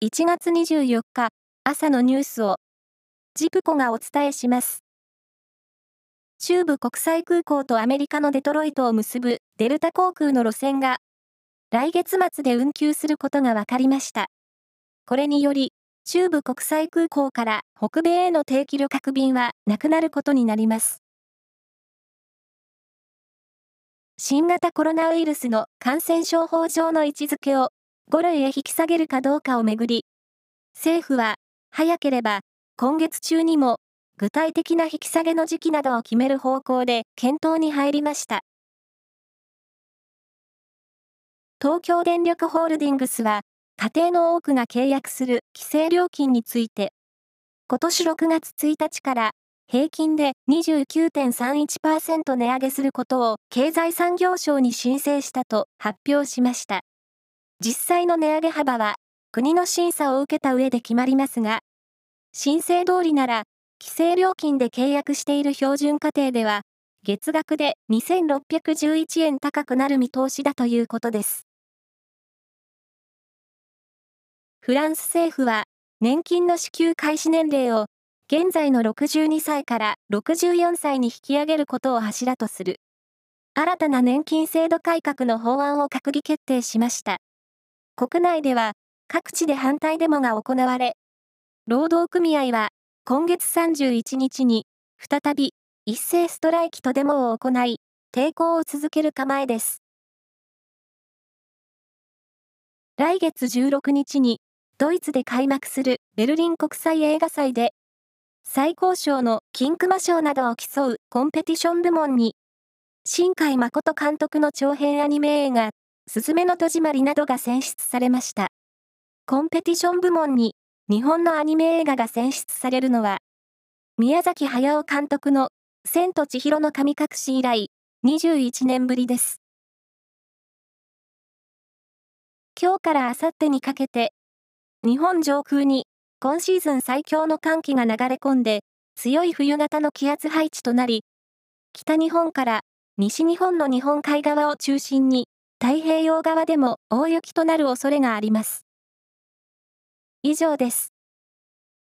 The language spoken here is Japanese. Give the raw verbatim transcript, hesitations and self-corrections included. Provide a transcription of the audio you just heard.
いちがつにじゅうよっか朝のニュースをジプコがお伝えします。中部国際空港とアメリカのデトロイトを結ぶデルタ航空の路線が来月末で運休することが分かりました。これにより中部国際空港から北米への定期旅客便はなくなることになります。新型コロナウイルスの感染症法上の位置づけをご類へ引き下げるかどうかをめぐり、政府は早ければ今月中にも具体的な引き下げの時期などを決める方向で検討に入りました。東京電力ホールディングスは家庭の多くが契約する規制料金について、今年ろくがつついたちから平均で にじゅうきゅうてんさんいちパーセント 値上げすることを経済産業省に申請したと発表しました。実際の値上げ幅は国の審査を受けた上で決まりますが、申請通りなら規制料金で契約している標準家庭では月額でにせんろっぴゃくじゅういちえん高くなる見通しだということです。フランス政府は年金の支給開始年齢を現在のろくじゅうにさいからろくじゅうよんさいに引き上げることを柱とする新たな年金制度改革の法案を閣議決定しました。国内では各地で反対デモが行われ、労働組合は今月さんじゅういちにちに再び一斉ストライキとデモを行い、抵抗を続ける構えです。来月じゅうろくにちにドイツで開幕するベルリン国際映画祭で、最高賞の金熊賞などを競うコンペティション部門に、新海誠監督の長編アニメ映画、すずめの戸締まりなどが選出されました。コンペティション部門に日本のアニメ映画が選出されるのは、宮崎駿監督の千と千尋の神隠し以来、にじゅういちねんぶりです。今日からあさってにかけて、日本上空に今シーズン最強の寒気が流れ込んで、強い冬型の気圧配置となり、北日本から西日本の日本海側を中心に、太平洋側でも大雪となる恐れがあります。以上です。